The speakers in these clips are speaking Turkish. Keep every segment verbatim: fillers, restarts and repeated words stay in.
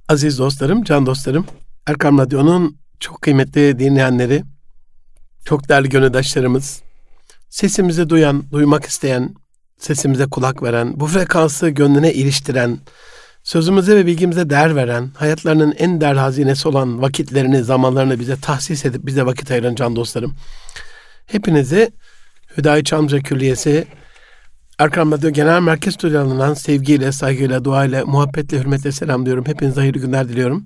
Aziz dostlarım, can dostlarım, Erkam Radyo'nun çok kıymetli dinleyenleri, çok değerli gönüldaşlarımız, sesimizi duyan, duymak isteyen, sesimize kulak veren, bu frekansı gönlüne iliştiren, sözümüze ve bilgimize değer veren, hayatlarının en değerli hazinesi olan vakitlerini, zamanlarını bize tahsis edip bize vakit ayıran can dostlarım. Hepinizi Hüdayi Çamlıca Külliyesi, Erkam Radyo Genel Merkez Stüdyolarından sevgiyle, saygıyla, duayla, muhabbetle, hürmetle selamlıyorum. Hepinize hayırlı günler diliyorum.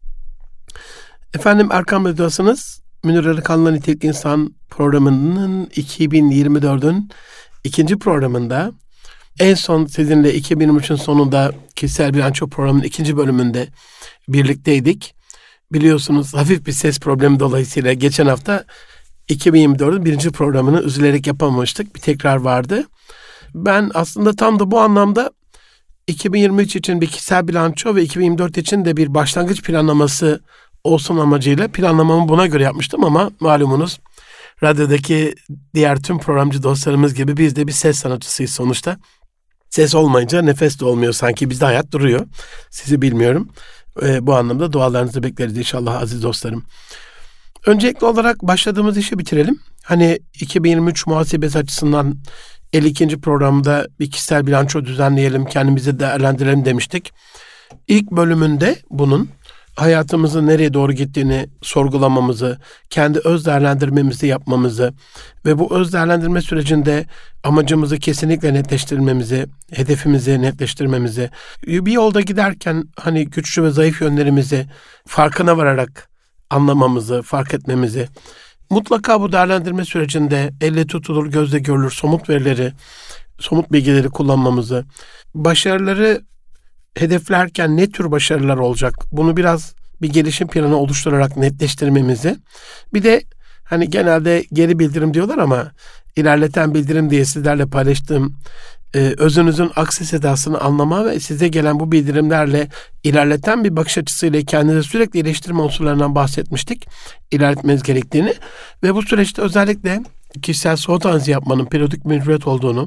Efendim, Erkam Radyo'dasınız. Münir Arıkan'la Nitelikli İnsan programının iki bin yirmi dördün ikinci programında, en son sizinle iki bin yirmi üçün sonunda kişisel bilanço programının ikinci bölümünde birlikteydik. Biliyorsunuz hafif bir ses problemi dolayısıyla geçen hafta iki bin yirmi dördün birinci programını üzülerek yapamamıştık. Bir tekrar vardı. Ben aslında tam da bu anlamda iki bin yirmi üç için bir kişisel bilanço ve iki bin yirmi dört için de bir başlangıç planlaması olsun amacıyla planlamamı buna göre yapmıştım ama malumunuz radyodaki diğer tüm programcı dostlarımız gibi biz de bir ses sanatçısıyız sonuçta. Ses olmayınca nefes de olmuyor, sanki bizde hayat duruyor. Sizi bilmiyorum. Ee, bu anlamda dualarınızı bekleriz inşallah aziz dostlarım. Öncelikli olarak başladığımız işi bitirelim. Hani iki bin yirmi üç muhasebesi açısından elli ikinci programda bir kişisel bilanço düzenleyelim, kendimizi değerlendirelim demiştik. İlk bölümünde bunun hayatımızın nereye doğru gittiğini sorgulamamızı, kendi öz değerlendirmemizi yapmamızı ve bu öz değerlendirme sürecinde amacımızı kesinlikle netleştirmemizi, hedefimizi netleştirmemizi, bir yolda giderken hani güçlü ve zayıf yönlerimizi farkına vararak anlamamızı, fark etmemizi, mutlaka bu değerlendirme sürecinde elle tutulur, gözle görülür somut verileri, somut bilgileri kullanmamızı, başarıları hedeflerken ne tür başarılar olacak, bunu biraz bir gelişim planı oluşturarak netleştirmemizi, bir de hani genelde geri bildirim diyorlar ama ilerleten bildirim diye sizlerle paylaştığım e, özünüzün aksi sedasını anlama ve size gelen bu bildirimlerle ilerleten bir bakış açısıyla kendinizi sürekli iyileştirme unsurlarından bahsetmiştik. İlerletmeniz gerektiğini ve bu süreçte özellikle kişisel SWOT analizi yapmanın periyodik bir mecburiyet olduğunu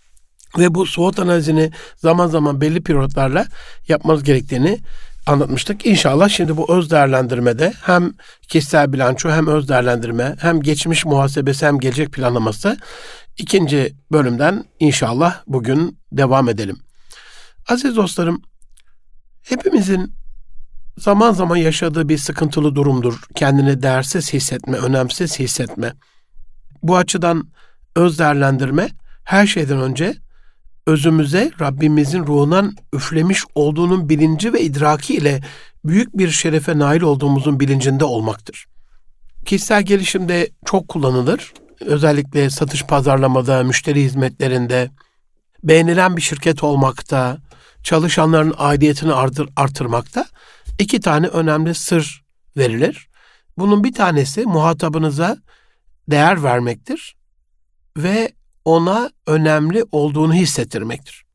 ve bu SWOT analizini zaman zaman belli periyotlarla yapmanız gerektiğini anlatmıştık. İnşallah şimdi bu öz değerlendirmede hem kişisel bilanço hem öz değerlendirme hem geçmiş muhasebesi hem gelecek planlaması ikinci bölümden inşallah bugün devam edelim. Aziz dostlarım, hepimizin zaman zaman yaşadığı bir sıkıntılı durumdur. Kendini değersiz hissetme, önemsiz hissetme. Bu açıdan öz değerlendirme her şeyden önce özümüze Rabbimizin ruhundan üflemiş olduğunun bilinci ve idraki ile büyük bir şerefe nail olduğumuzun bilincinde olmaktır. Kişisel gelişimde çok kullanılır. Özellikle satış pazarlamada, müşteri hizmetlerinde, beğenilen bir şirket olmakta, çalışanların aidiyetini artır, artırmakta iki tane önemli sır verilir. Bunun bir tanesi muhatabınıza değer vermektir ve ona önemli olduğunu hissettirmektir.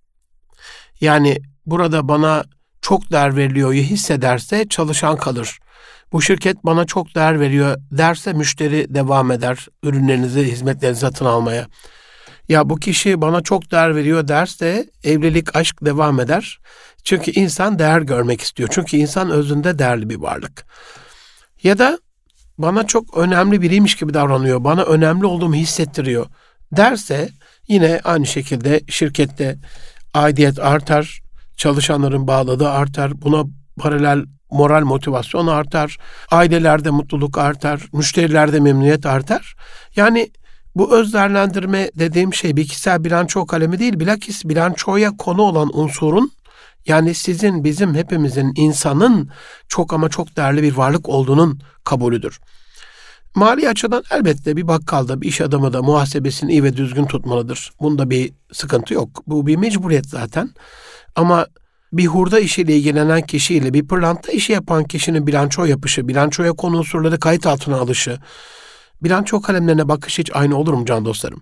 Yani burada bana çok değer veriliyor hissederse çalışan kalır. Bu şirket bana çok değer veriyor derse müşteri devam eder ürünlerinizi, hizmetlerinizi satın almaya. Ya bu kişi bana çok değer veriyor derse evlilik, aşk devam eder. Çünkü insan değer görmek istiyor. Çünkü insan özünde değerli bir varlık. Ya da bana çok önemli biriymiş gibi davranıyor, bana önemli olduğumu hissettiriyor derse yine aynı şekilde şirkette aidiyet artar, çalışanların bağlılığı artar, buna paralel moral motivasyon artar, ailelerde mutluluk artar, müşterilerde memnuniyet artar. Yani bu öz değerlendirme dediğim şey bir kişisel bilanço kalemi değil, bilakis bilançoya konu olan unsurun, yani sizin, bizim, hepimizin, insanın çok ama çok değerli bir varlık olduğunun kabulüdür. Mali açıdan elbette bir bakkalda, bir iş adamı da muhasebesini iyi ve düzgün tutmalıdır. Bunda bir sıkıntı yok. Bu bir mecburiyet zaten. Ama bir hurda işiyle ilgilenen kişiyle bir pırlanta işi yapan kişinin bilanço yapışı, bilançoya konu unsurları kayıt altına alışı, bilanço kalemlerine bakış hiç aynı olur mu can dostlarım?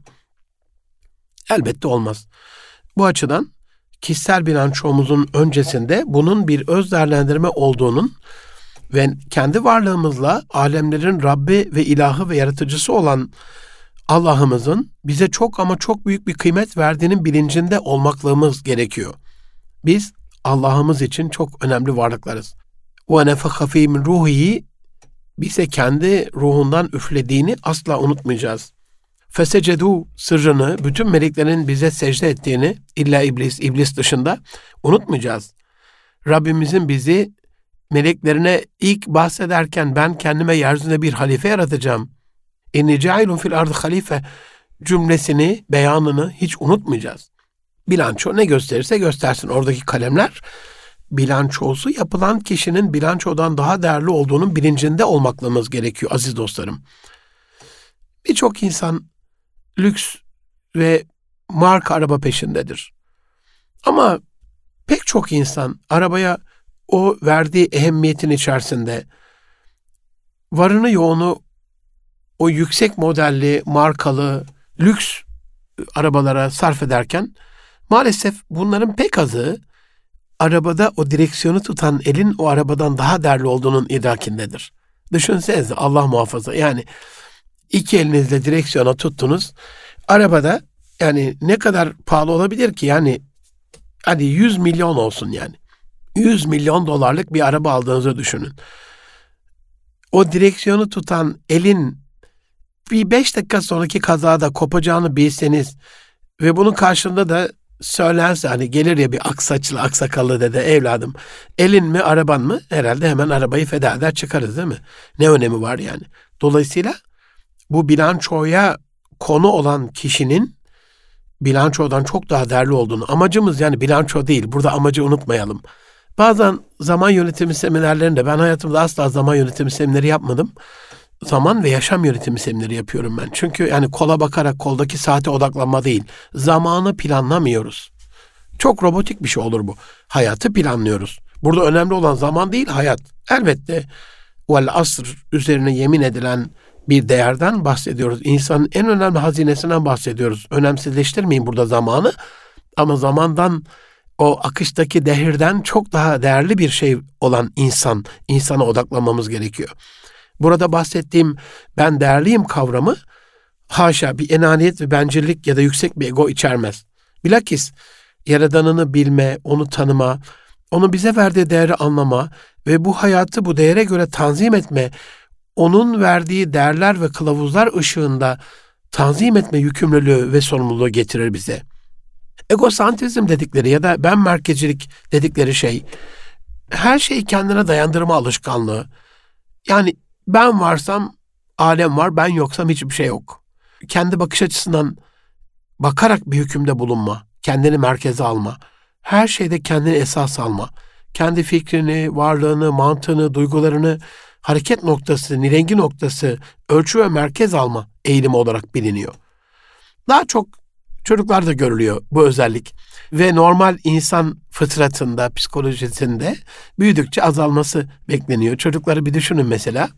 Elbette olmaz. Bu açıdan kişisel bilançomuzun öncesinde bunun bir öz değerlendirme olduğunun ve kendi varlığımızla alemlerin Rabbi ve ilahı ve yaratıcısı olan Allah'ımızın bize çok ama çok büyük bir kıymet verdiğinin bilincinde olmaklığımız gerekiyor. Biz Allah'ımız için çok önemli varlıklarız. ve nefeha fî min ruhihi, bize kendi ruhundan üflediğini asla unutmayacağız. Fesecedû sırrını, bütün meleklerin bize secde ettiğini, illa iblis, iblis dışında unutmayacağız. Rabbimizin bizi meleklerine ilk bahsederken ben kendime yeryüzünde bir halife yaratacağım, İnni cailun fil ardı halife cümlesini, beyanını hiç unutmayacağız. Bilanço ne gösterirse göstersin. Oradaki kalemler, bilançosu yapılan kişinin bilançodan daha değerli olduğunun bilincinde olmaklamız gerekiyor aziz dostlarım. Birçok insan lüks ve marka araba peşindedir. Ama pek çok insan arabaya o verdiği ehemmiyetin içerisinde varını yoğunu o yüksek modelli, markalı, lüks arabalara sarf ederken maalesef bunların pek azı arabada o direksiyonu tutan elin o arabadan daha değerli olduğunun idrakindedir. Düşünsenize, Allah muhafaza, yani iki elinizle direksiyona tuttunuz. Arabada yani ne kadar pahalı olabilir ki, yani hadi yüz milyon olsun yani. yüz milyon dolarlık bir araba aldığınızı düşünün. O direksiyonu tutan elin bir beş dakika sonraki kazada kopacağını bilseniz ve bunun karşılığında da söylense, hani gelir ya bir aksaçlı aksakallı dede, evladım elin mi araban mı? Herhalde hemen arabayı feda eder çıkarız değil mi? Ne önemi var yani? Dolayısıyla bu bilançoya konu olan kişinin bilançodan çok daha değerli olduğunu, amacımız yani bilanço değil, burada amacı unutmayalım. Bazen zaman yönetimi seminerlerinde, ben hayatımda asla zaman yönetimi semineri yapmadım. Zaman ve yaşam yönetimi semineri yapıyorum ben. Çünkü yani kola bakarak koldaki saate odaklanma değil. Zamanı planlamıyoruz. Çok robotik bir şey olur bu. Hayatı planlıyoruz. Burada önemli olan zaman değil, hayat. Elbette vel asr üzerine yemin edilen bir değerden bahsediyoruz. İnsanın en önemli hazinesinden bahsediyoruz. Önemsizleştirmeyin burada zamanı. Ama zamandan, o akıştaki dehirden çok daha değerli bir şey olan insan, insana odaklanmamız gerekiyor. Burada bahsettiğim ben değerliyim kavramı haşa bir enaniyet ve bencillik ya da yüksek bir ego içermez. Bilakis Yaradanını bilme, onu tanıma, onun bize verdiği değeri anlama ve bu hayatı bu değere göre tanzim etme, onun verdiği değerler ve kılavuzlar ışığında tanzim etme yükümlülüğü ve sorumluluğu getirir bize. Egosantrizm dedikleri ya da ben merkezcilik dedikleri şey, her şeyi kendine dayandırma alışkanlığı. Yani ben varsam alem var, ben yoksam hiçbir şey yok. Kendi bakış açısından bakarak bir hükümde bulunma, kendini merkeze alma, her şeyde kendini esas alma, kendi fikrini, varlığını, mantığını, duygularını, hareket noktası, nirengi noktası, ölçü ve merkez alma eğilimi olarak biliniyor. Daha çok çocuklarda görülüyor bu özellik ve normal insan fıtratında, psikolojisinde büyüdükçe azalması bekleniyor. Çocukları bir düşünün mesela,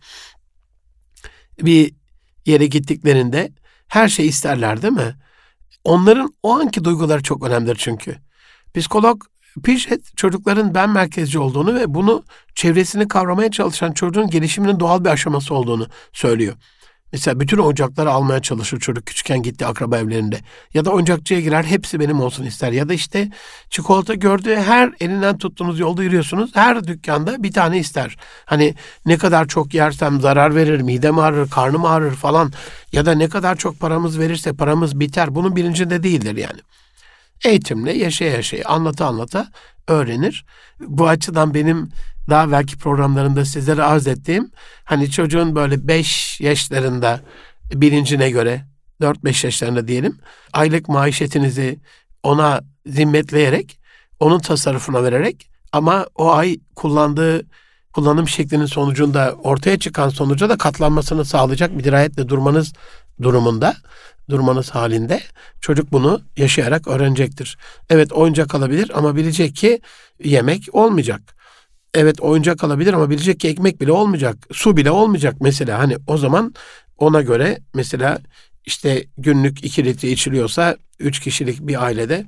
bir yere gittiklerinde her şey isterler değil mi? Onların o anki duyguları çok önemlidir çünkü. Psikolog Piaget çocukların ben merkezci olduğunu ve bunu çevresini kavramaya çalışan çocuğun gelişiminin doğal bir aşaması olduğunu söylüyor. Mesela bütün oyuncakları almaya çalışır çocuk küçükken gittiği akraba evlerinde. Ya da oyuncakçıya girer, hepsi benim olsun ister. Ya da işte çikolata gördüğü her elinden tuttuğunuz yolda yürüyorsunuz. Her dükkanda bir tane ister. Hani ne kadar çok yersem zarar verir, midem ağrır, karnım ağrır falan. Ya da ne kadar çok paramız verirse paramız biter. Bunun bilincinde değildir yani. Eğitimle yaşaya yaşaya, anlata anlata öğrenir. Bu açıdan benim daha belki programlarında sizlere arz ettiğim, hani çocuğun böyle beş yaşlarında bilincine göre, dört beş yaşlarında diyelim, aylık maişetinizi ona zimmetleyerek, onun tasarrufuna vererek ama o ay kullandığı kullanım şeklinin sonucunda ortaya çıkan sonuca da katlanmasını sağlayacak bir dirayetle durmanız durumunda, durmanız halinde çocuk bunu yaşayarak öğrenecektir. Evet, oyuncak alabilir ama bilecek ki yemek olmayacak. Evet, oyuncak alabilir ama bilecek ki ekmek bile olmayacak, su bile olmayacak mesela. Hani o zaman ona göre mesela işte günlük iki litre içiliyorsa üç kişilik bir ailede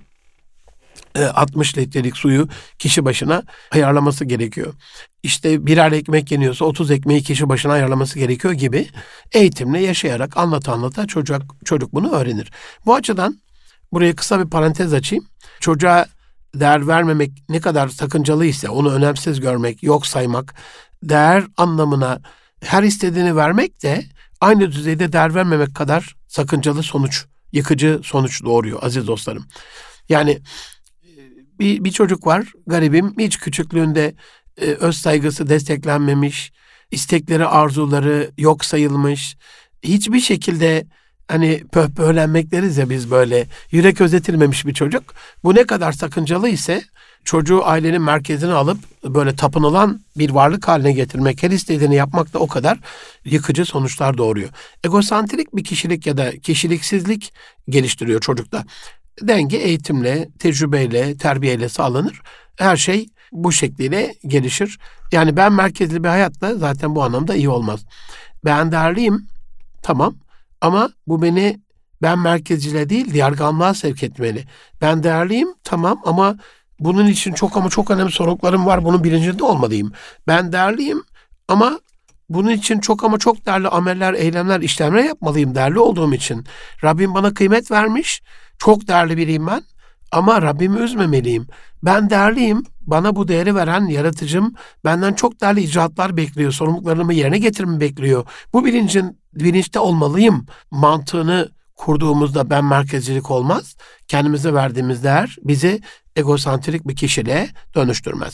altmış litrelik suyu kişi başına ayarlaması gerekiyor. İşte birer ekmek yeniyorsa otuz ekmeği kişi başına ayarlaması gerekiyor gibi eğitimle yaşayarak anlata anlata çocuk, çocuk bunu öğrenir. Bu açıdan buraya kısa bir parantez açayım. Çocuğa değer vermemek ne kadar sakıncalı ise onu önemsiz görmek, yok saymak, değer anlamına her istediğini vermek de aynı düzeyde değer vermemek kadar sakıncalı sonuç, yıkıcı sonuç doğuruyor aziz dostlarım. Yani bir, bir çocuk var, garibim, hiç küçüklüğünde e, öz saygısı desteklenmemiş, istekleri, arzuları yok sayılmış, hiçbir şekilde hani pöhpöhlenmek deriz ya biz böyle, yürek özetilmemiş bir çocuk. Bu ne kadar sakıncalı ise çocuğu ailenin merkezine alıp böyle tapınılan bir varlık haline getirmek, her istediğini yapmak da o kadar yıkıcı sonuçlar doğuruyor. Egosantrik bir kişilik ya da kişiliksizlik geliştiriyor çocukta. Denge eğitimle, tecrübeyle, terbiyeyle sağlanır. Her şey bu şekliyle gelişir. Yani ben merkezli bir hayatla zaten bu anlamda iyi olmaz. Ben değerliyim, tamam, ama bu beni ben merkezciliğe değil yargılamlığa sevk etmeli. Ben değerliyim, tamam, ama bunun için çok ama çok önemli sorumluluklarım var. Bunun bilincinde olmalıyım. Ben değerliyim ama bunun için çok ama çok değerli ameller, eylemler, işlemler yapmalıyım değerli olduğum için. Rabbim bana kıymet vermiş. Çok değerli biriyim ben ama Rabbimi üzmemeliyim. Ben değerliyim. Bana bu değeri veren yaratıcım benden çok değerli icraatlar bekliyor. Sorumluluklarımı yerine getirmemi bekliyor. Bu bilincin bilinçte olmalıyım mantığını kurduğumuzda ben merkezcilik olmaz. Kendimize verdiğimiz değer bizi egosantrik bir kişiliğe dönüştürmez.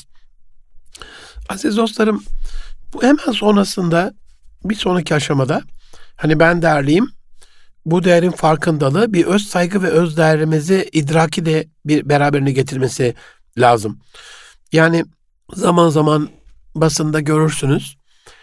Aziz dostlarım, bu hemen sonrasında bir sonraki aşamada hani ben değerliyim, bu değerin farkındalığı bir öz saygı ve öz değerimizi idraki de bir beraberine getirmesi lazım. Yani zaman zaman basında görürsünüz,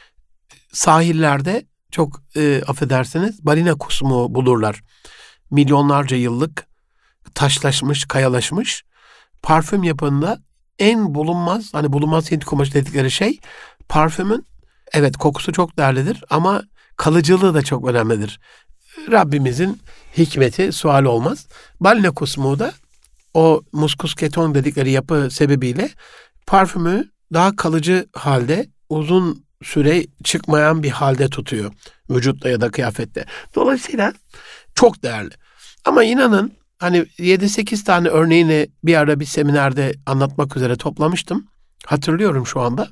sahillerde çok e, affedersiniz balina kusmu bulurlar. Milyonlarca yıllık taşlaşmış, kayalaşmış parfüm yapımında en bulunmaz, hani bulunmaz Hint kumaşı dedikleri şey parfümün, evet kokusu çok değerlidir ama kalıcılığı da çok önemlidir. Rabbimizin hikmeti sual olmaz. Balina kusmu da o muskusketon dedikleri yapı sebebiyle parfümü daha kalıcı halde, uzun süre çıkmayan bir halde tutuyor vücutta ya da kıyafette. Dolayısıyla çok değerli. Ama inanın hani yedi sekiz tane örneğini bir ara bir seminerde anlatmak üzere toplamıştım. Hatırlıyorum şu anda.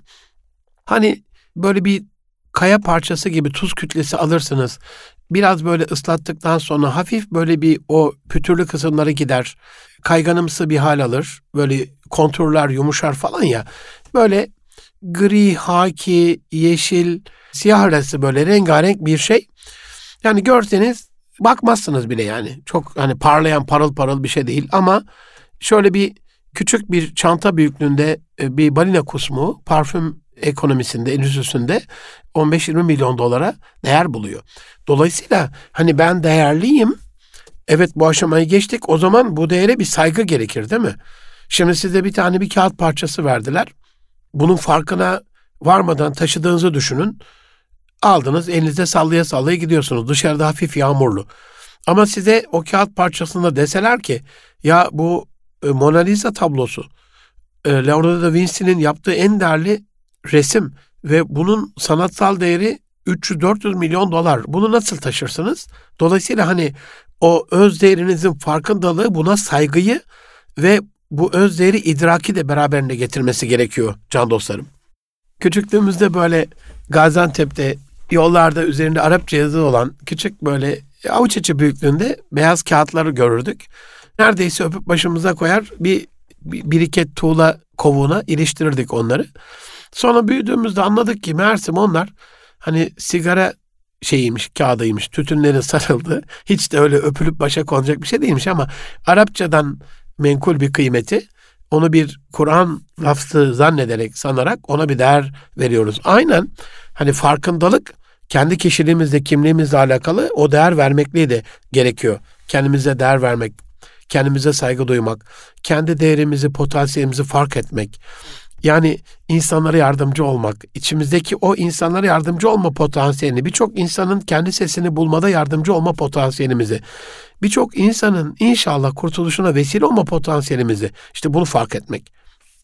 Hani böyle bir kaya parçası gibi tuz kütlesi alırsınız. Biraz böyle ıslattıktan sonra hafif böyle bir o pütürlü kısımları gider. Kayganımsı bir hal alır. Böyle konturlar yumuşar falan ya. Böyle gri, haki, yeşil, siyah arası böyle rengarenk bir şey. Yani görseniz bakmazsınız bile yani. Çok hani parlayan parıl parıl bir şey değil ama şöyle bir küçük bir çanta büyüklüğünde bir balina kusmu parfüm ekonomisinde, endüstrisinde on beş yirmi milyon dolara değer buluyor. Dolayısıyla hani ben değerliyim. Evet, bu aşamayı geçtik. O zaman bu değere bir saygı gerekir değil mi? Şimdi size bir tane bir kağıt parçası verdiler. Bunun farkına varmadan taşıdığınızı düşünün. Aldınız, elinizde sallaya sallaya gidiyorsunuz. Dışarıda hafif yağmurlu. Ama size o kağıt parçasında deseler ki ya bu e, Mona Lisa tablosu, e, Leonardo da Vinci'nin yaptığı en değerli resim ve bunun sanatsal değeri üç yüz dört yüz milyon dolar. Bunu nasıl taşırsınız? Dolayısıyla hani o öz değerinizin farkındalığı buna saygıyı ve bu öz değeri idraki de beraberinde getirmesi gerekiyor can dostlarım. Küçüklüğümüzde böyle Gaziantep'te yollarda üzerinde Arapça yazı olan küçük böyle avuç içi büyüklüğünde beyaz kağıtları görürdük. Neredeyse öpüp başımıza koyar bir, bir biriket tuğla kovuğuna iliştirirdik onları. Sonra büyüdüğümüzde anladık ki meğersem onlar hani sigara şeyiymiş, kağıdıymış, tütünlerin sarıldığı, hiç de öyle öpülüp başa konacak bir şey değilmiş ama Arapçadan menkul bir kıymeti, onu bir Kur'an lafzı zannederek, sanarak ona bir değer veriyoruz. Aynen hani farkındalık kendi kişiliğimizle, kimliğimizle alakalı o değer vermekliği de gerekiyor. Kendimize değer vermek, kendimize saygı duymak, kendi değerimizi, potansiyelimizi fark etmek. Yani insanlara yardımcı olmak, içimizdeki o insanlara yardımcı olma potansiyelini, birçok insanın kendi sesini bulmada yardımcı olma potansiyelimizi, birçok insanın inşallah kurtuluşuna vesile olma potansiyelimizi, işte bunu fark etmek.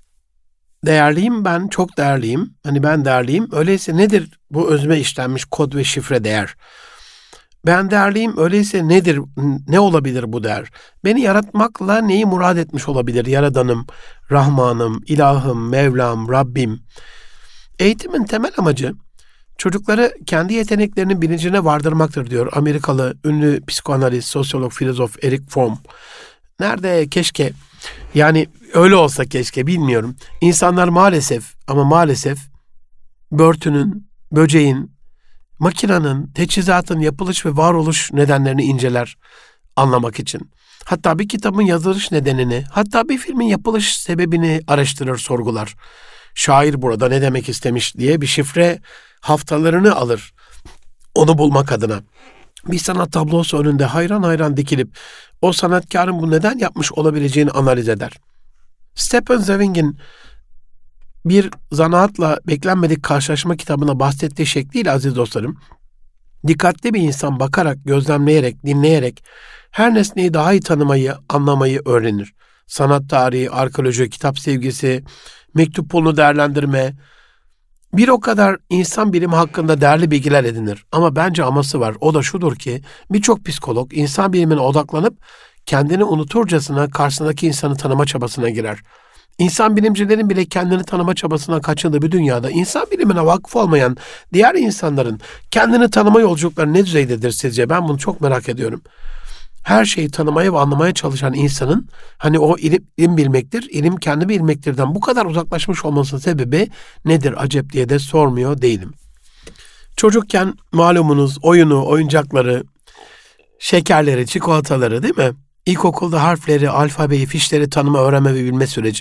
Değerliyim ben, çok değerliyim. Hani ben değerliyim. Öyleyse nedir bu özme işlenmiş kod ve şifre değer? Ben değerliyim, öyleyse nedir, ne olabilir bu değer? Beni yaratmakla neyi murad etmiş olabilir? Yaradanım, Rahmanım, İlahım, Mevlam, Rabbim. Eğitimin temel amacı çocukları kendi yeteneklerinin bilincine vardırmaktır diyor Amerikalı ünlü psikoanalist, sosyolog, filozof Eric Fromm. Nerede keşke, yani öyle olsa keşke, bilmiyorum. İnsanlar maalesef ama maalesef börtünün, böceğin, makinenin, teçhizatın yapılış ve varoluş nedenlerini inceler anlamak için. Hatta bir kitabın yazılış nedenini, hatta bir filmin yapılış sebebini araştırır, sorgular. Şair burada ne demek istemiş diye bir şifre haftalarını alır onu bulmak adına. Bir sanat tablosu önünde hayran hayran dikilip o sanatkarın bu neden yapmış olabileceğini analiz eder. Stephen Zweig'in bir zanaatla beklenmedik karşılaşma kitabına bahsettiği şekliyle aziz dostlarım, dikkatli bir insan bakarak, gözlemleyerek, dinleyerek her nesneyi daha iyi tanımayı, anlamayı öğrenir. Sanat tarihi, arkeoloji, kitap sevgisi, mektup pulunu değerlendirme, bir o kadar insan bilimi hakkında değerli bilgiler edinir. Ama bence aması var. O da şudur ki birçok psikolog insan bilimine odaklanıp kendini unuturcasına karşısındaki insanı tanıma çabasına girer. İnsan bilimcilerin bile kendini tanıma çabasına kaçındığı bir dünyada insan bilimine vakıf olmayan diğer insanların kendini tanıma yolculukları ne düzeydedir sizce? Ben bunu çok merak ediyorum. Her şeyi tanımaya ve anlamaya çalışan insanın hani o ilim, ilim bilmektir, ilim kendi bilmektirden bu kadar uzaklaşmış olmasının sebebi nedir acep diye de sormuyor değilim. Çocukken malumunuz oyunu, oyuncakları, şekerleri, çikolataları değil mi? İlkokulda harfleri, alfabeyi, fişleri tanıma, öğrenme ve bilme süreci.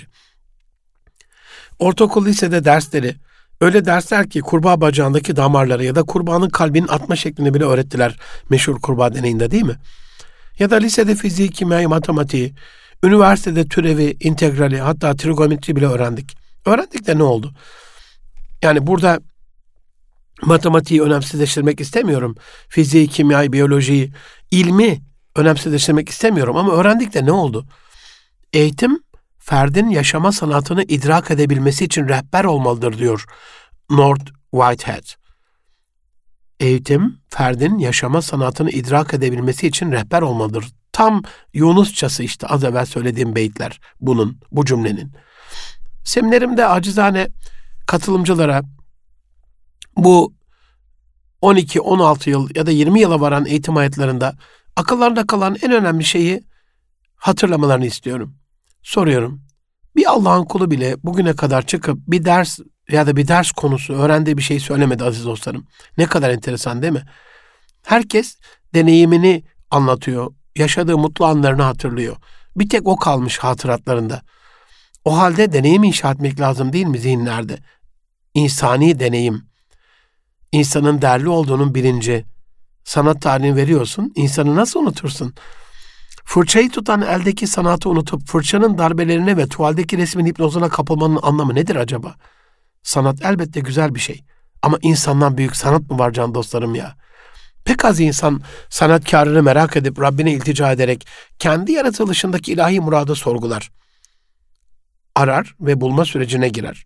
Ortaokul, lisede dersleri, öyle dersler ki kurbağa bacağındaki damarları ya da kurbağanın kalbinin atma şeklini bile öğrettiler meşhur kurbağa deneyinde değil mi? Ya da lisede fiziği, kimyayı, matematiği, üniversitede türevi, integrali, hatta trigonometri bile öğrendik. Öğrendik de ne oldu? Yani burada matematiği önemsizleştirmek istemiyorum. Fiziği, kimyayı, biyolojiyi, ilmi önemsizleştirmek istemiyorum ama öğrendik de ne oldu? Eğitim, ferdin yaşama sanatını idrak edebilmesi için rehber olmalıdır diyor North Whitehead. Eğitim, ferdin yaşama sanatını idrak edebilmesi için rehber olmalıdır. Tam Yunusçası işte az evvel söylediğim beyitler bunun, bu cümlenin. Seminerimde acizane katılımcılara bu on iki on altı yıl ya da yirmi yıla varan eğitim hayatlarında akıllarında kalan en önemli şeyi hatırlamalarını istiyorum. Soruyorum. Bir Allah'ın kulu bile bugüne kadar çıkıp bir ders ya da bir ders konusu öğrendiği bir şey söylemedi aziz dostlarım. Ne kadar enteresan değil mi? Herkes deneyimini anlatıyor. Yaşadığı mutlu anlarını hatırlıyor. Bir tek o kalmış hatıratlarında. O halde deneyim inşa etmek lazım değil mi zihinlerde? İnsani deneyim. İnsanın değerli olduğunun bilinci. Sanat tarihini veriyorsun. İnsanı nasıl unutursun? Fırçayı tutan eldeki sanatı unutup fırçanın darbelerine ve tuvaldeki resmin hipnozuna kapılmanın anlamı nedir acaba? Sanat elbette güzel bir şey. Ama insandan büyük sanat mı var can dostlarım ya? Pek az insan sanatkarını merak edip Rabbine iltica ederek kendi yaratılışındaki ilahi muradı sorgular. Arar ve bulma sürecine girer.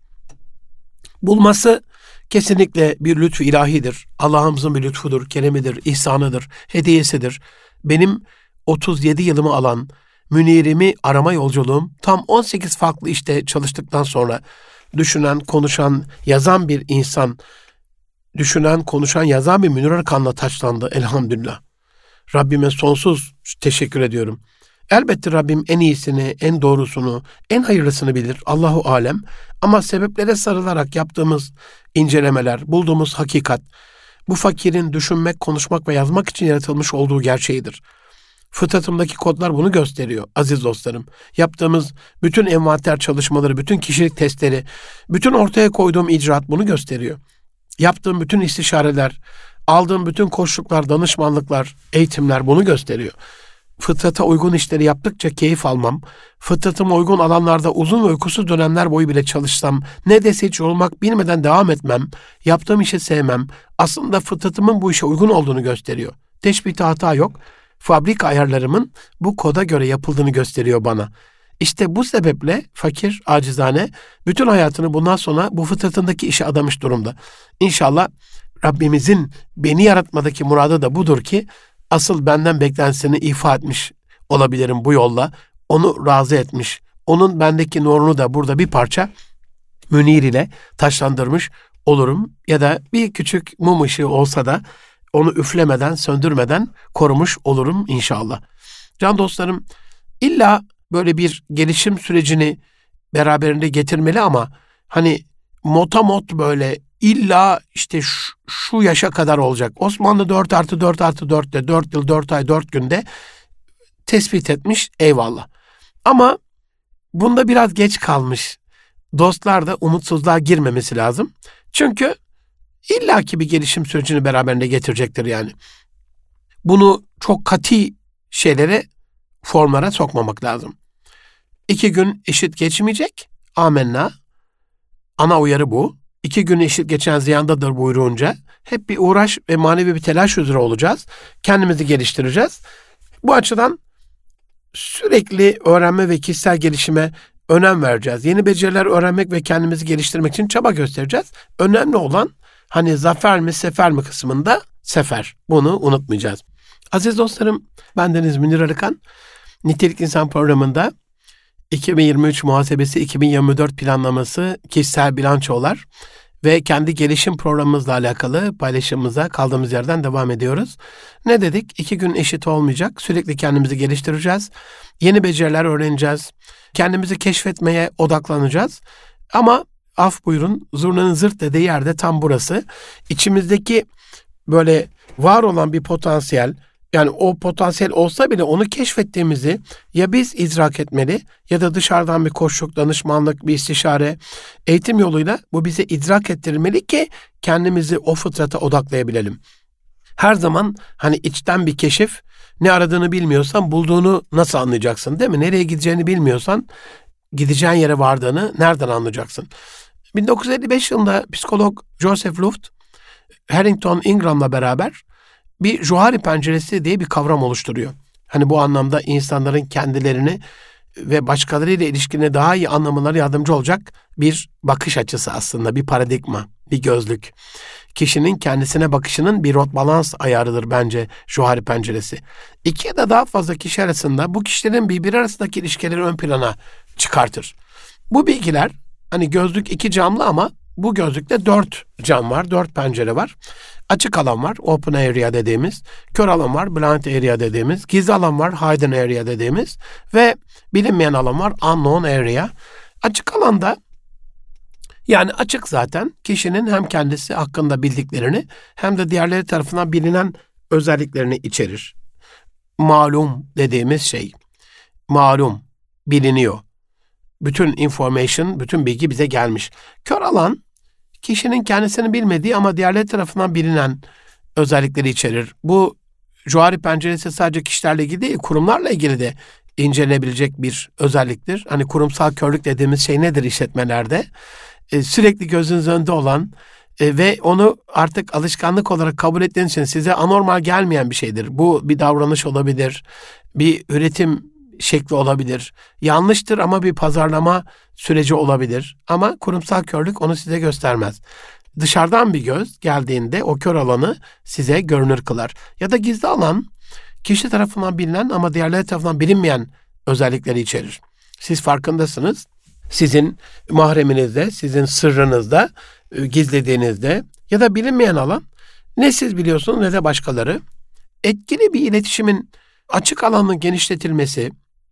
Bulması kesinlikle bir lütfu ilahidir. Allah'ımızın bir lütfudur, keremidir, ihsanıdır, hediyesidir. Benim otuz yedi yılımı alan münirimi arama yolculuğum tam on sekiz farklı işte çalıştıktan sonra düşünen, konuşan, yazan bir insan, düşünen, konuşan, yazan bir Münir Arıkan'la taçlandı elhamdülillah. Rabbime sonsuz teşekkür ediyorum. Elbette Rabbim en iyisini, en doğrusunu, en hayırlısını bilir. Allahu alem. Ama sebeplere sarılarak yaptığımız incelemeler, bulduğumuz hakikat, bu fakirin düşünmek, konuşmak ve yazmak için yaratılmış olduğu gerçeğidir. Fıtratımdaki kodlar bunu gösteriyor aziz dostlarım. Yaptığımız bütün envanter çalışmaları, bütün kişilik testleri, bütün ortaya koyduğum icraat bunu gösteriyor. Yaptığım bütün istişareler, aldığım bütün koçluklar, danışmanlıklar, eğitimler bunu gösteriyor. Fıtrata uygun işleri yaptıkça keyif almam, fıtratıma uygun alanlarda uzun ve uykusuz dönemler boyu bile çalışsam, ne dese hiç olmak bilmeden devam etmem, yaptığım işi sevmem, aslında fıtratımın bu işe uygun olduğunu gösteriyor. Teşbihte hata yok. Fabrika ayarlarımın bu koda göre yapıldığını gösteriyor bana. İşte bu sebeple fakir, acizane bütün hayatını bundan sonra bu fıtratındaki işe adamış durumda. İnşallah Rabbimizin beni yaratmadaki muradı da budur ki asıl benden beklentisini ifa etmiş olabilirim bu yolla. Onu razı etmiş. Onun bendeki nurunu da burada bir parça münir ile taşlandırmış olurum. Ya da bir küçük mum ışığı olsa da onu üflemeden, söndürmeden korumuş olurum inşallah. Can dostlarım, illa böyle bir gelişim sürecini beraberinde getirmeli ama hani motamot böyle illa işte şu, şu yaşa kadar olacak. Osmanlı dört artı dört artı dörtte dört yıl dört ay dört günde tespit etmiş, eyvallah. Ama bunda biraz geç kalmış. Dostlar da umutsuzluğa girmemesi lazım. Çünkü illaki bir gelişim sürecini beraberinde getirecektir yani. Bunu çok katı şeylere, formlara sokmamak lazım. İki gün eşit geçmeyecek. Amenna. Ana uyarı bu. İki gün eşit geçen ziyandadır buyruğunca hep bir uğraş ve manevi bir telaş üzere olacağız. Kendimizi geliştireceğiz. Bu açıdan sürekli öğrenme ve kişisel gelişime önem vereceğiz. Yeni beceriler öğrenmek ve kendimizi geliştirmek için çaba göstereceğiz. Önemli olan hani zafer mi sefer mi kısmında sefer. Bunu unutmayacağız. Aziz dostlarım, bendeniz Münir Arıkan. Nitelik İnsan programında iki bin yirmi üç muhasebesi, iki bin yirmi dört planlaması, kişisel bilançolar ve kendi gelişim programımızla alakalı paylaşımımıza kaldığımız yerden devam ediyoruz. Ne dedik? İki gün eşit olmayacak. Sürekli kendimizi geliştireceğiz. Yeni beceriler öğreneceğiz. Kendimizi keşfetmeye odaklanacağız. Ama af buyurun, zurnanın zırt dediği yerde tam burası. İçimizdeki böyle var olan bir potansiyel, yani o potansiyel olsa bile onu keşfettiğimizi ya biz idrak etmeli ya da dışarıdan bir koçluk, danışmanlık, bir istişare, eğitim yoluyla bu bize idrak ettirmeli ki kendimizi o fıtrata odaklayabilelim. Her zaman hani içten bir keşif, ne aradığını bilmiyorsan bulduğunu nasıl anlayacaksın, değil mi? Nereye gideceğini bilmiyorsan gideceğin yere vardığını nereden anlayacaksın? bin dokuz yüz elli beş yılında psikolog Joseph Luft, Harrington Ingram'la beraber bir Johari penceresi diye bir kavram oluşturuyor. Hani bu anlamda insanların kendilerini ve başkalarıyla ilişkine daha iyi anlamaları yardımcı olacak bir bakış açısı aslında, bir paradigma, bir gözlük. Kişinin kendisine bakışının bir rot balans ayarıdır bence Johari penceresi. İki ya da daha fazla kişi arasında bu kişilerin birbiri arasındaki ilişkileri ön plana çıkartır. Bu bilgiler, hani gözlük iki camlı ama bu gözlükte dört cam var, dört pencere var. Açık alan var, open area dediğimiz. Kör alan var, blind area dediğimiz. Gizli alan var, hidden area dediğimiz. Ve bilinmeyen alan var, unknown area. Açık alanda, yani açık zaten, kişinin hem kendisi hakkında bildiklerini hem de diğerleri tarafından bilinen özelliklerini içerir. Malum dediğimiz şey, malum, biliniyor. Bütün information, bütün bilgi bize gelmiş. Kör alan, kişinin kendisini bilmediği ama diğerleri tarafından bilinen özellikleri içerir. Bu Johari penceresi sadece kişilerle ilgili değil, kurumlarla ilgili de incelenebilecek bir özelliktir. Hani kurumsal körlük dediğimiz şey nedir işletmelerde? Ee, sürekli gözünüz önünde olan e, ve onu artık alışkanlık olarak kabul ettiğiniz için size anormal gelmeyen bir şeydir. Bu bir davranış olabilir, bir üretim şekli olabilir. Yanlıştır ama bir pazarlama süreci olabilir. Ama kurumsal körlük onu size göstermez. Dışarıdan bir göz geldiğinde o kör alanı size görünür kılar. Ya da gizli alan, kişi tarafından bilinen ama diğerleri tarafından bilinmeyen özellikleri içerir. Siz farkındasınız. Sizin mahreminizde, sizin sırrınızda, gizlediğinizde ya da bilinmeyen alan ne siz biliyorsunuz ne de başkaları. Etkili bir iletişimin açık alanın genişletilmesi,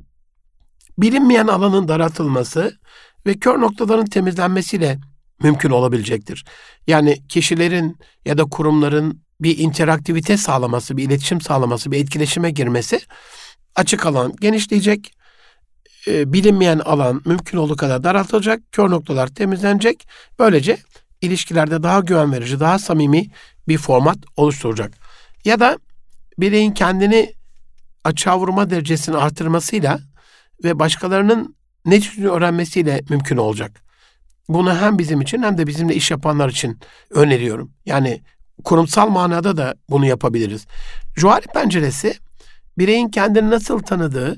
bilinmeyen alanın daraltılması ve kör noktaların temizlenmesiyle mümkün olabilecektir. Yani kişilerin ya da kurumların bir interaktivite sağlaması, bir iletişim sağlaması, bir etkileşime girmesi, açık alan genişleyecek, e, bilinmeyen alan mümkün olduğu kadar daraltılacak, kör noktalar temizlenecek. Böylece ilişkilerde daha güven verici, daha samimi bir format oluşturacak. Ya da bireyin kendini açığa vurma derecesini artırmasıyla ve başkalarının ne düşündüğünü öğrenmesiyle mümkün olacak. Bunu hem bizim için hem de bizimle iş yapanlar için öneriyorum. Yani kurumsal manada da bunu yapabiliriz. Johari penceresi, bireyin kendini nasıl tanıdığı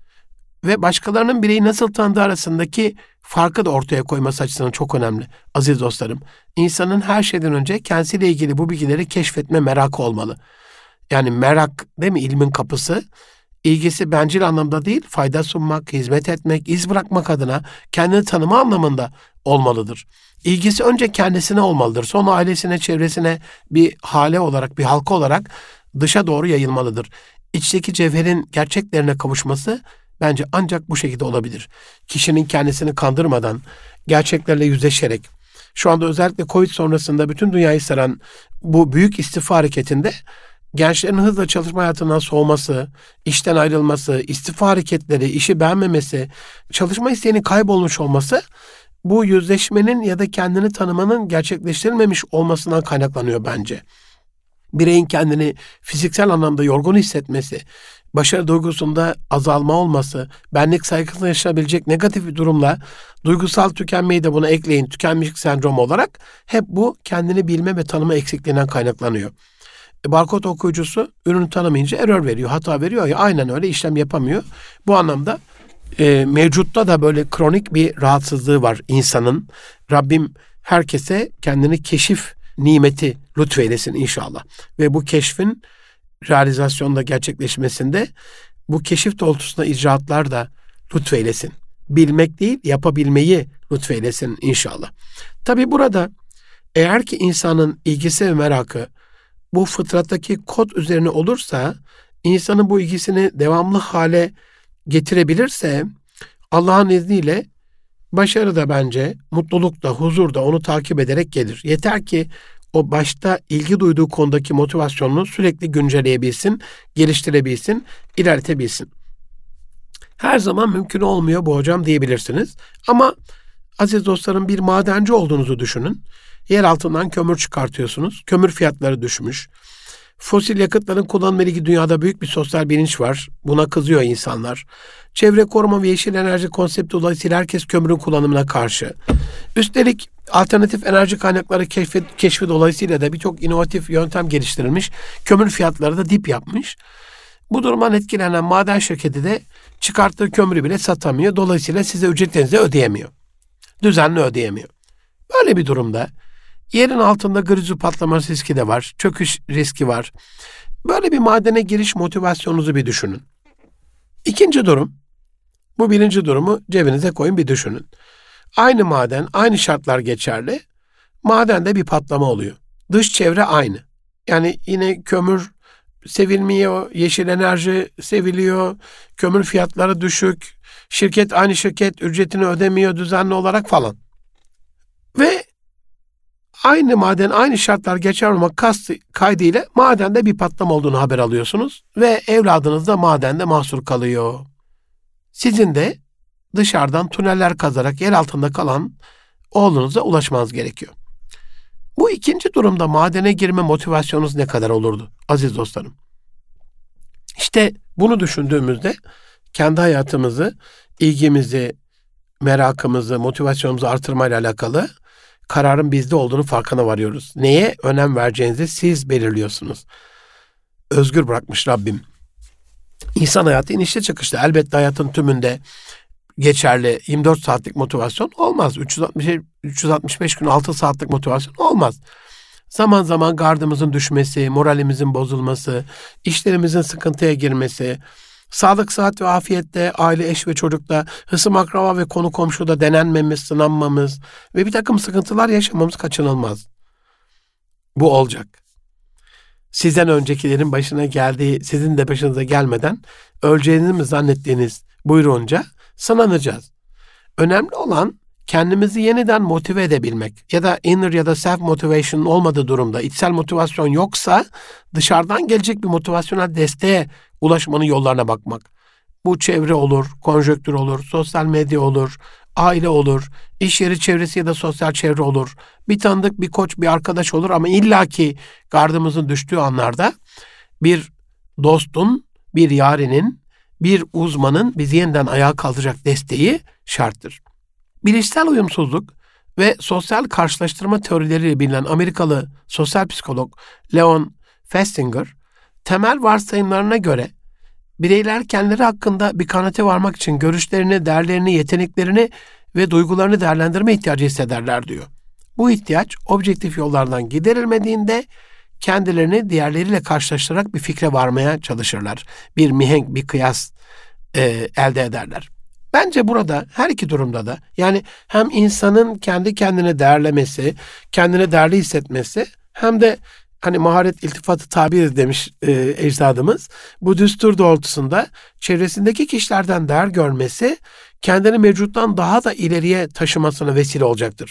ve başkalarının bireyi nasıl tanıdığı arasındaki farkı da ortaya koyması açısından çok önemli. Aziz dostlarım, insanın her şeyden önce kendisiyle ilgili bu bilgileri keşfetme merakı olmalı. Yani merak değil mi ilmin kapısı? İlgisi bencil anlamda değil, fayda sunmak, hizmet etmek, iz bırakmak adına kendini tanıma anlamında olmalıdır. İlgisi önce kendisine olmalıdır. Sonra ailesine, çevresine bir hale olarak, bir halka olarak dışa doğru yayılmalıdır. İçteki cevherin gerçeklerine kavuşması bence ancak bu şekilde olabilir. Kişinin kendisini kandırmadan, gerçeklerle yüzleşerek, şu anda özellikle Covid sonrasında bütün dünyayı saran bu büyük istifa hareketinde gençlerin hızla çalışma hayatından soğuması, işten ayrılması, istifa hareketleri, işi beğenmemesi, çalışma isteğinin kaybolmuş olması bu yüzleşmenin ya da kendini tanımanın gerçekleştirilmemiş olmasından kaynaklanıyor bence. Bireyin kendini fiziksel anlamda yorgun hissetmesi, başarı duygusunda azalma olması, benlik saygısına yaşanabilecek negatif bir durumla duygusal tükenmeyi de buna ekleyin, tükenmişlik sendromu olarak hep bu kendini bilme ve tanıma eksikliğinden kaynaklanıyor. E, barkod okuyucusu ürünü tanımayınca error veriyor, hata veriyor ya aynen öyle işlem yapamıyor. Bu anlamda e, mevcutta da böyle kronik bir rahatsızlığı var insanın. Rabbim herkese kendini keşif nimeti lütfeylesin inşallah. Ve bu keşfin realizasyonda gerçekleşmesinde bu keşif doğrultusunda icraatlar da lütfeylesin. Bilmek değil, yapabilmeyi lütfeylesin inşallah. Tabii burada eğer ki insanın ilgisi ve merakı bu fıtrattaki kod üzerine olursa, insanın bu ilgisini devamlı hale getirebilirse, Allah'ın izniyle başarı da bence, mutluluk da, huzur da onu takip ederek gelir. Yeter ki o başta ilgi duyduğu konudaki motivasyonunu sürekli güncelleyebilsin, geliştirebilsin, ilerletebilsin. Her zaman mümkün olmuyor bu hocam diyebilirsiniz. Ama aziz dostlarım bir madenci olduğunuzu düşünün. Yer altından kömür çıkartıyorsunuz. Kömür fiyatları düşmüş. Fosil yakıtların kullanımı ile ilgili dünyada büyük bir sosyal bilinç var. Buna kızıyor insanlar. Çevre koruma ve yeşil enerji konsepti dolayısıyla herkes kömürün kullanımına karşı. Üstelik alternatif enerji kaynakları keşfi, keşfi dolayısıyla da birçok inovatif yöntem geliştirilmiş. Kömür fiyatları da dip yapmış. Bu durumdan etkilenen maden şirketi de çıkarttığı kömürü bile satamıyor. Dolayısıyla size ücretlerinizi ödeyemiyor. Düzenli ödeyemiyor. Böyle bir durumda yerin altında grizu patlaması riski de var. Çöküş riski var. Böyle bir madene giriş motivasyonunuzu bir düşünün. İkinci durum, bu birinci durumu cebinize koyun bir düşünün. Aynı maden, aynı şartlar geçerli. Madende bir patlama oluyor. Dış çevre aynı. Yani yine kömür sevilmiyor, yeşil enerji seviliyor, kömür fiyatları düşük, şirket aynı şirket ücretini ödemiyor düzenli olarak falan. Ve aynı maden, aynı şartlar geçer olmak kastı kaydıyla madende bir patlama olduğunu haber alıyorsunuz ve evladınız da madende mahsur kalıyor. Sizin de dışarıdan tüneller kazarak yer altında kalan oğlunuza ulaşmanız gerekiyor. Bu ikinci durumda madene girme motivasyonunuz ne kadar olurdu aziz dostlarım? İşte bunu düşündüğümüzde kendi hayatımızı, ilgimizi, merakımızı, motivasyonumuzu artırmayla alakalı kararın bizde olduğunu farkına varıyoruz. Neye önem vereceğinizi siz belirliyorsunuz. Özgür bırakmış Rabbim. İnsan hayatı inişte çıkışta. Elbette hayatın tümünde geçerli yirmi dört saatlik motivasyon olmaz. üç yüz altmış beş gün altı saatlik motivasyon olmaz. Zaman zaman gardımızın düşmesi, moralimizin bozulması, işlerimizin sıkıntıya girmesi, sağlık, sıhhat ve afiyette, aile, eş ve çocukta, hısım, akraba ve konu komşuda denenmemiz, sınanmamız ve bir takım sıkıntılar yaşamamız kaçınılmaz. Bu olacak. Sizden öncekilerin başına geldiği, sizin de başınıza gelmeden öleceğinizi mi zannettiğiniz buyruğunca sınanacağız. Önemli olan kendimizi yeniden motive edebilmek ya da inner ya da self motivation olmadığı durumda, içsel motivasyon yoksa dışarıdan gelecek bir motivasyonel desteğe ulaşmanın yollarına bakmak. Bu çevre olur, konjonktür olur, sosyal medya olur, aile olur, iş yeri çevresi ya da sosyal çevre olur. Bir tanıdık, bir koç, bir arkadaş olur ama illaki gardımızın düştüğü anlarda bir dostun, bir yarinin, bir uzmanın bizi yeniden ayağa kaldıracak desteği şarttır. Bilişsel uyumsuzluk ve sosyal karşılaştırma teorileriyle bilinen Amerikalı sosyal psikolog Leon Festinger, temel varsayımlarına göre bireyler kendileri hakkında bir kanaate varmak için görüşlerini, değerlerini, yeteneklerini ve duygularını değerlendirme ihtiyacı hissederler diyor. Bu ihtiyaç objektif yollardan giderilmediğinde kendilerini diğerleriyle karşılaştırarak bir fikre varmaya çalışırlar. Bir mihenk, bir kıyas e, elde ederler. Bence burada her iki durumda da yani hem insanın kendi kendine değerlemesi, kendine değerli hissetmesi hem de hani maharet iltifatı tabir demiş e, ecdadımız. Bu düstur doğrultusunda çevresindeki kişilerden değer görmesi kendini mevcuttan daha da ileriye taşımasına vesile olacaktır.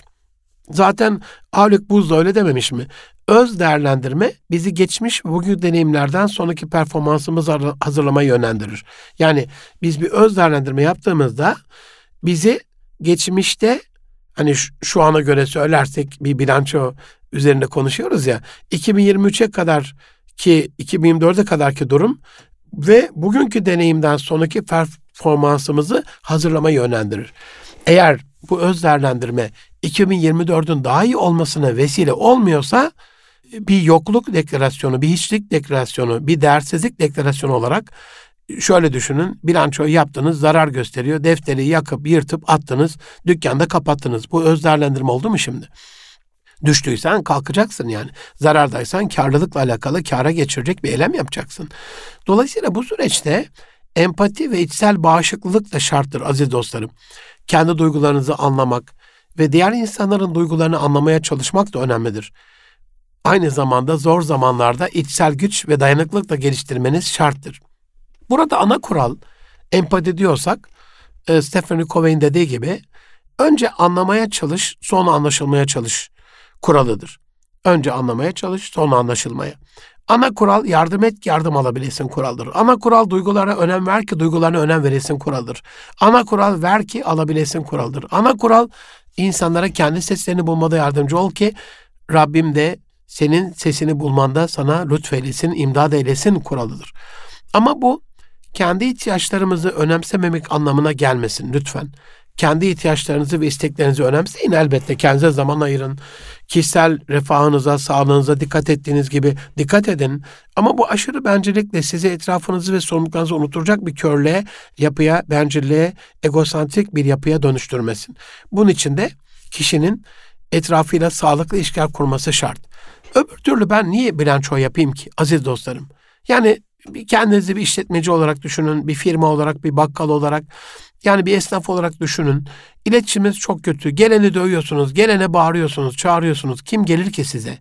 Zaten Haluk Buz da öyle dememiş mi? Öz değerlendirme bizi geçmiş ve bugün deneyimlerden sonraki performansımızı hazırlamaya yönlendirir. Yani biz bir öz değerlendirme yaptığımızda bizi geçmişte hani şu, şu ana göre söylersek bir bilanço üzerinde konuşuyoruz ya iki bin yirmi üçe kadar ki iki bin yirmi dörde kadarki durum ve bugünkü deneyimden sonraki performansımızı hazırlamaya yönlendirir. Eğer bu öz değerlendirme iki bin yirmi dördün daha iyi olmasına vesile olmuyorsa bir yokluk deklarasyonu, bir hiçlik deklarasyonu, bir değersizlik deklarasyonu olarak şöyle düşünün. Bilançoyu yaptınız, zarar gösteriyor. Defteri yakıp, yırtıp attınız, dükkanda kapattınız. Bu öz değerlendirme oldu mu şimdi? Düştüysen kalkacaksın yani. Zarardaysan karlılıkla alakalı kâra geçirecek bir eylem yapacaksın. Dolayısıyla bu süreçte empati ve içsel bağışıklılık da şarttır aziz dostlarım. Kendi duygularınızı anlamak ve diğer insanların duygularını anlamaya çalışmak da önemlidir. Aynı zamanda zor zamanlarda içsel güç ve dayanıklılık da geliştirmeniz şarttır. Burada ana kural, empati diyorsak, Stephen Covey'in dediği gibi, önce anlamaya çalış, sonra anlaşılmaya çalış kuralıdır. Önce anlamaya çalış, sonra anlaşılmaya. Ana kural yardım et ki yardım alabilesin kuraldır. Ana kural duygulara önem ver ki duygularına önem veresin kuraldır. Ana kural ver ki alabilesin kuraldır. Ana kural insanlara kendi seslerini bulmada yardımcı ol ki Rabbim de senin sesini bulmanda sana lütfeylesin, imdad eylesin kuralıdır. Ama bu kendi ihtiyaçlarımızı önemsememek anlamına gelmesin lütfen. Kendi ihtiyaçlarınızı ve isteklerinizi önemseyin elbette. Kendinize zaman ayırın. Kişisel refahınıza, sağlığınıza dikkat ettiğiniz gibi dikkat edin. Ama bu aşırı bencillikle sizi etrafınızı ve sorumluluklarınızı unutturacak bir körlüğe, yapıya, bencilliğe, egosantrik bir yapıya dönüştürmesin. Bunun için de kişinin etrafıyla sağlıklı ilişkiler kurması şart. Öbür türlü ben niye bilanço yapayım ki aziz dostlarım? Yani kendinizi bir işletmeci olarak düşünün, bir firma olarak, bir bakkal olarak, yani bir esnaf olarak düşünün. İletişiminiz çok kötü. Geleni dövüyorsunuz, gelene bağırıyorsunuz, çağırıyorsunuz. Kim gelir ki size?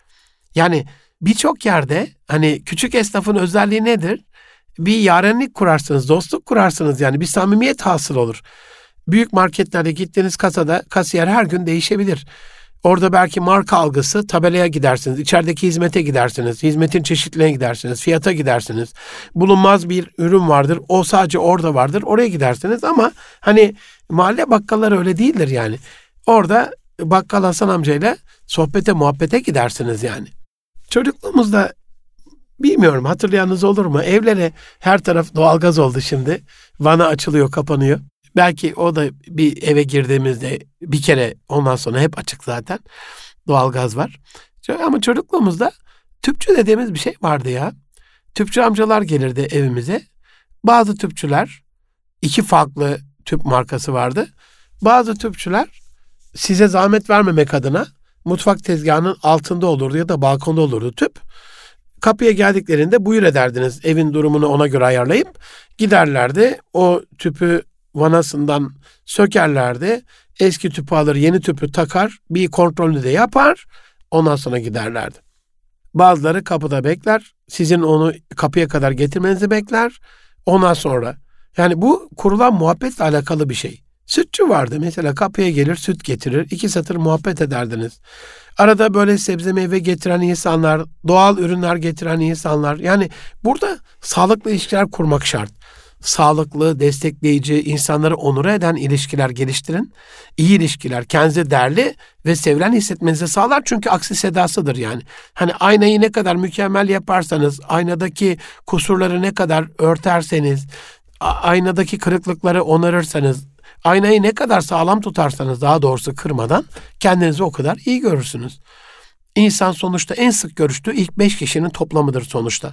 Yani birçok yerde hani küçük esnafın özelliği nedir? Bir yarenlik kurarsınız, dostluk kurarsınız yani bir samimiyet hasıl olur. Büyük marketlerde gittiğiniz kasada kasiyer her gün değişebilir. Orada belki marka algısı, tabelaya gidersiniz, içerideki hizmete gidersiniz, hizmetin çeşitliliğine gidersiniz, fiyata gidersiniz. Bulunmaz bir ürün vardır, o sadece orada vardır, oraya gidersiniz ama hani mahalle bakkalları öyle değildir yani. Orada bakkal Hasan amcayla sohbete, muhabbete gidersiniz yani. Çocukluğumuzda bilmiyorum hatırlayanınız olur mu? Evlere her taraf doğalgaz oldu şimdi. Vana açılıyor, kapanıyor. Belki o da bir eve girdiğimizde bir kere ondan sonra hep açık zaten. Doğalgaz var. Ama çocukluğumuzda tüpçü dediğimiz bir şey vardı ya. Tüpçü amcalar gelirdi evimize. Bazı tüpçüler, iki farklı tüp markası vardı. Bazı tüpçüler size zahmet vermemek adına mutfak tezgahının altında olurdu ya da balkonda olurdu tüp. Kapıya geldiklerinde buyur ederdiniz. Evin durumunu ona göre ayarlayıp giderlerdi. O tüpü vanasından sökerlerdi. Eski tüpü alır, yeni tüpü takar, bir kontrolünü de yapar. Ondan sonra giderlerdi. Bazıları kapıda bekler. Sizin onu kapıya kadar getirmenizi bekler. Ondan sonra. Yani bu kurulan muhabbetle alakalı bir şey. Sütçü vardı. Mesela kapıya gelir, süt getirir. İki satır muhabbet ederdiniz. Arada böyle sebze meyve getiren insanlar, doğal ürünler getiren insanlar. Yani burada sağlıklı ilişkiler kurmak şart. Sağlıklı, destekleyici, insanları onur eden ilişkiler geliştirin. İyi ilişkiler kendinize değerli ve sevilen hissetmenizi sağlar. Çünkü aksi sedasıdır yani. Hani aynayı ne kadar mükemmel yaparsanız, aynadaki kusurları ne kadar örterseniz, aynadaki kırıklıkları onarırsanız, aynayı ne kadar sağlam tutarsanız, daha doğrusu kırmadan kendinizi o kadar iyi görürsünüz. İnsan sonuçta en sık görüştüğü ilk beş kişinin toplamıdır sonuçta.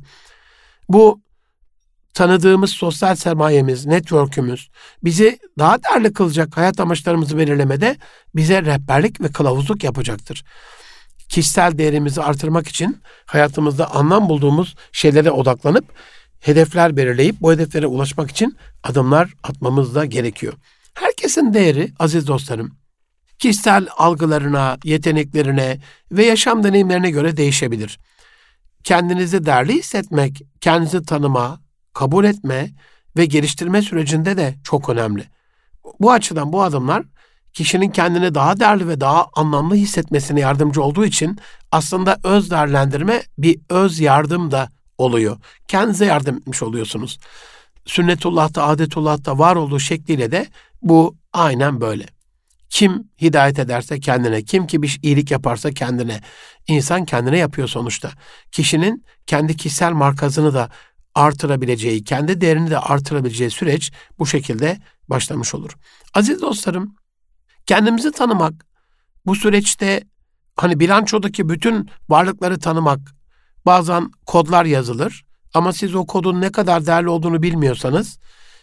Bu tanıdığımız sosyal sermayemiz, network'ümüz bizi daha değerli kılacak, hayat amaçlarımızı belirlemede bize rehberlik ve kılavuzluk yapacaktır. kişisel değerimizi artırmak için hayatımızda anlam bulduğumuz şeylere odaklanıp hedefler belirleyip bu hedeflere ulaşmak için adımlar atmamız da gerekiyor. Herkesin değeri aziz dostlarım, kişisel algılarına, yeteneklerine ve yaşam deneyimlerine göre değişebilir. Kendinizi değerli hissetmek, kendinizi tanıma, kabul etme ve geliştirme sürecinde de çok önemli. Bu açıdan bu adımlar kişinin kendini daha değerli ve daha anlamlı hissetmesine yardımcı olduğu için aslında öz değerlendirme bir öz yardım da oluyor. Kendinize yardım etmiş oluyorsunuz. Sünnetullah'ta, adetullah'ta var olduğu şekliyle de bu aynen böyle. Kim hidayet ederse kendine, kim ki bir iyilik yaparsa kendine. İnsan kendine yapıyor sonuçta. Kişinin kendi kişisel markasını da artırabileceği, kendi değerini de artırabileceği süreç bu şekilde başlamış olur. Aziz dostlarım, kendimizi tanımak, bu süreçte hani bilançodaki bütün varlıkları tanımak, bazen kodlar yazılır ama siz o kodun ne kadar değerli olduğunu bilmiyorsanız,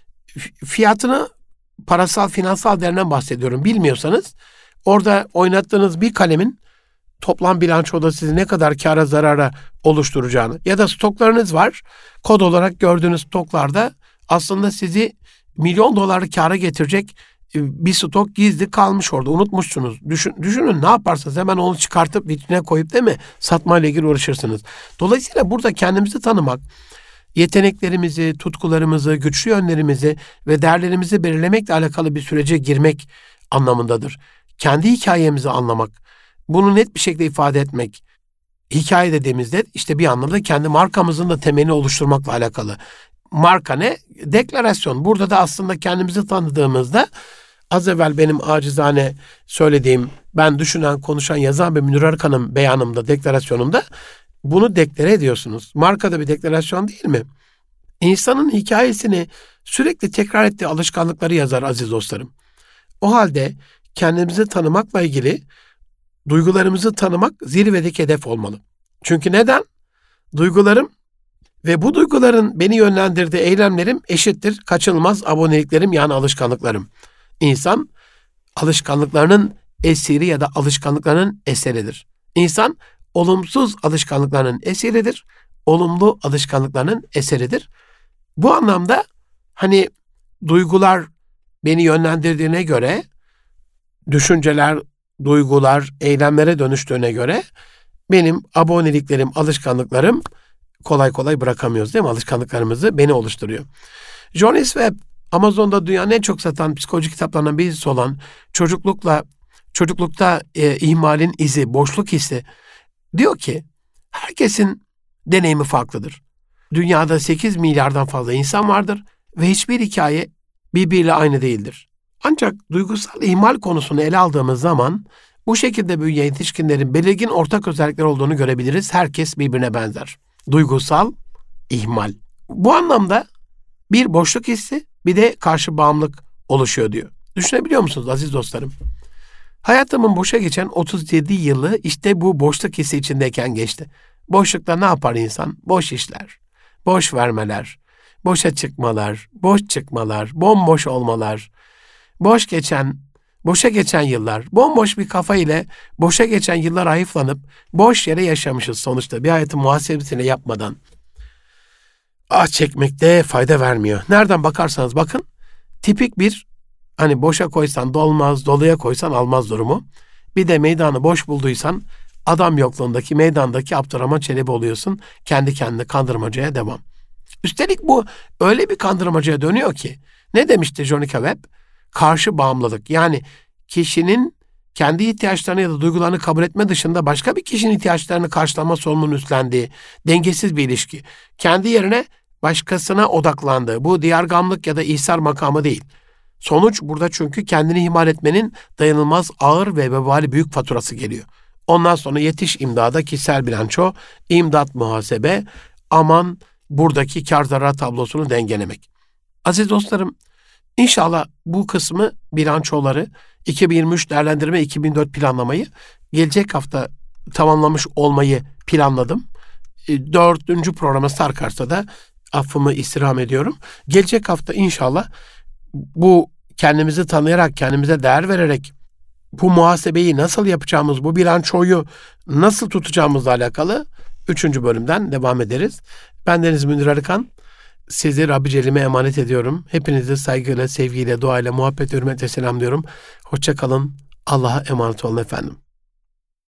fiyatını, parasal, finansal değerinden bahsediyorum, bilmiyorsanız orada oynattığınız bir kalemin toplam bilançoda sizi ne kadar kâra zarara oluşturacağını ya da stoklarınız var, kod olarak gördüğünüz stoklarda aslında sizi milyon dolarlık kâra getirecek bir stok gizli kalmış orada, unutmuşsunuz. Düşün, düşünün ne yaparsanız hemen onu çıkartıp vitrine koyup değil mi satmayla ilgili uğraşırsınız. Dolayısıyla burada kendimizi tanımak, yeteneklerimizi, tutkularımızı, güçlü yönlerimizi ve değerlerimizi belirlemekle alakalı bir sürece girmek anlamındadır. Kendi hikayemizi anlamak, bunu net bir şekilde ifade etmek. Hikaye dediğimizde işte bir anlamda kendi markamızın da temelini oluşturmakla alakalı. Marka ne? Deklarasyon. Burada da aslında kendimizi tanıdığımızda az evvel benim acizane söylediğim, ben düşünen, konuşan, yazan ve Münir Arıkan'ın beyanımda, deklarasyonumda bunu deklare ediyorsunuz. Marka da bir deklarasyon değil mi? İnsanın hikayesini sürekli tekrar ettiği alışkanlıkları yazar aziz dostlarım. O halde kendimizi tanımakla ilgili duygularımızı tanımak zirvedeki hedef olmalı. Çünkü neden? Duygularım ve bu duyguların beni yönlendirdiği eylemlerim eşittir kaçınılmaz aboneliklerim, yani alışkanlıklarım. İnsan alışkanlıklarının esiri ya da alışkanlıklarının eseridir. İnsan olumsuz alışkanlıklarının esiridir, olumlu alışkanlıklarının eseridir. Bu anlamda hani duygular beni yönlendirdiğine göre, düşünceler, duygular, eylemlere dönüştüğüne göre benim aboneliklerim, alışkanlıklarım kolay kolay bırakamıyoruz değil mi? Alışkanlıklarımızı beni oluşturuyor. Jonas Webb, Amazon'da dünyanın en çok satan psikoloji kitaplarından birisi olan çocuklukla çocuklukta e, ihmalin izi, boşluk hissi, diyor ki herkesin deneyimi farklıdır. Dünyada sekiz milyardan fazla insan vardır ve hiçbir hikaye birbiriyle aynı değildir. Ancak duygusal ihmal konusunu ele aldığımız zaman bu şekilde büyüyen yetişkinlerin belirgin ortak özellikler olduğunu görebiliriz. Herkes birbirine benzer. Duygusal ihmal. Bu anlamda bir boşluk hissi, bir de karşı bağımlılık oluşuyor diyor. Düşünebiliyor musunuz aziz dostlarım? Hayatımın boşa geçen otuz yedi yılı işte bu boşluk hissi içindeyken geçti. Boşlukta ne yapar insan? Boş işler, boş vermeler, boşa çıkmalar, boş çıkmalar, bomboş olmalar, boş geçen, boşa geçen yıllar, bomboş bir kafa ile boşa geçen yıllar hayıflanıp boş yere yaşamışız sonuçta bir hayatın muhasebesini yapmadan. Ah çekmekte fayda vermiyor. Nereden bakarsanız bakın, tipik bir hani boşa koysan dolmaz, doluya koysan almaz durumu. Bir de meydanı boş bulduysan adam yokluğundaki meydandaki Abdurrahman Çelebi oluyorsun. Kendi kendine kandırmacaya devam. Üstelik bu öyle bir kandırmacaya dönüyor ki, ne demişti Jonica Webb? Karşı bağımlılık, yani kişinin kendi ihtiyaçlarını ya da duygularını kabul etme dışında başka bir kişinin ihtiyaçlarını karşılama sorumluluğunu üstlendiği dengesiz bir ilişki. Kendi yerine başkasına odaklandığı, bu diyargamlık ya da ihsar makamı değil. Sonuç burada çünkü kendini ihmal etmenin dayanılmaz ağır ve vebali büyük faturası geliyor. Ondan sonra yetiş imdada, kişisel bilanço, imdat muhasebe, aman buradaki kar zarar tablosunu dengelemek. Aziz dostlarım, İnşallah bu kısmı, bilançoları, iki bin yirmi üç değerlendirme, iki bin dört planlamayı gelecek hafta tamamlamış olmayı planladım. Dördüncü programa sarkarsa da affımı istirham ediyorum. Gelecek hafta inşallah bu kendimizi tanıyarak, kendimize değer vererek bu muhasebeyi nasıl yapacağımız, bu bilançoyu nasıl tutacağımızla alakalı üçüncü bölümden devam ederiz. Ben Deniz Münir Arıkan. Sizi Rabbi Celle'ime emanet ediyorum. Hepinizi saygıyla, sevgiyle, duayla, muhabbet, hürmetle selamlıyorum. Hoşça kalın. Allah'a emanet olun efendim.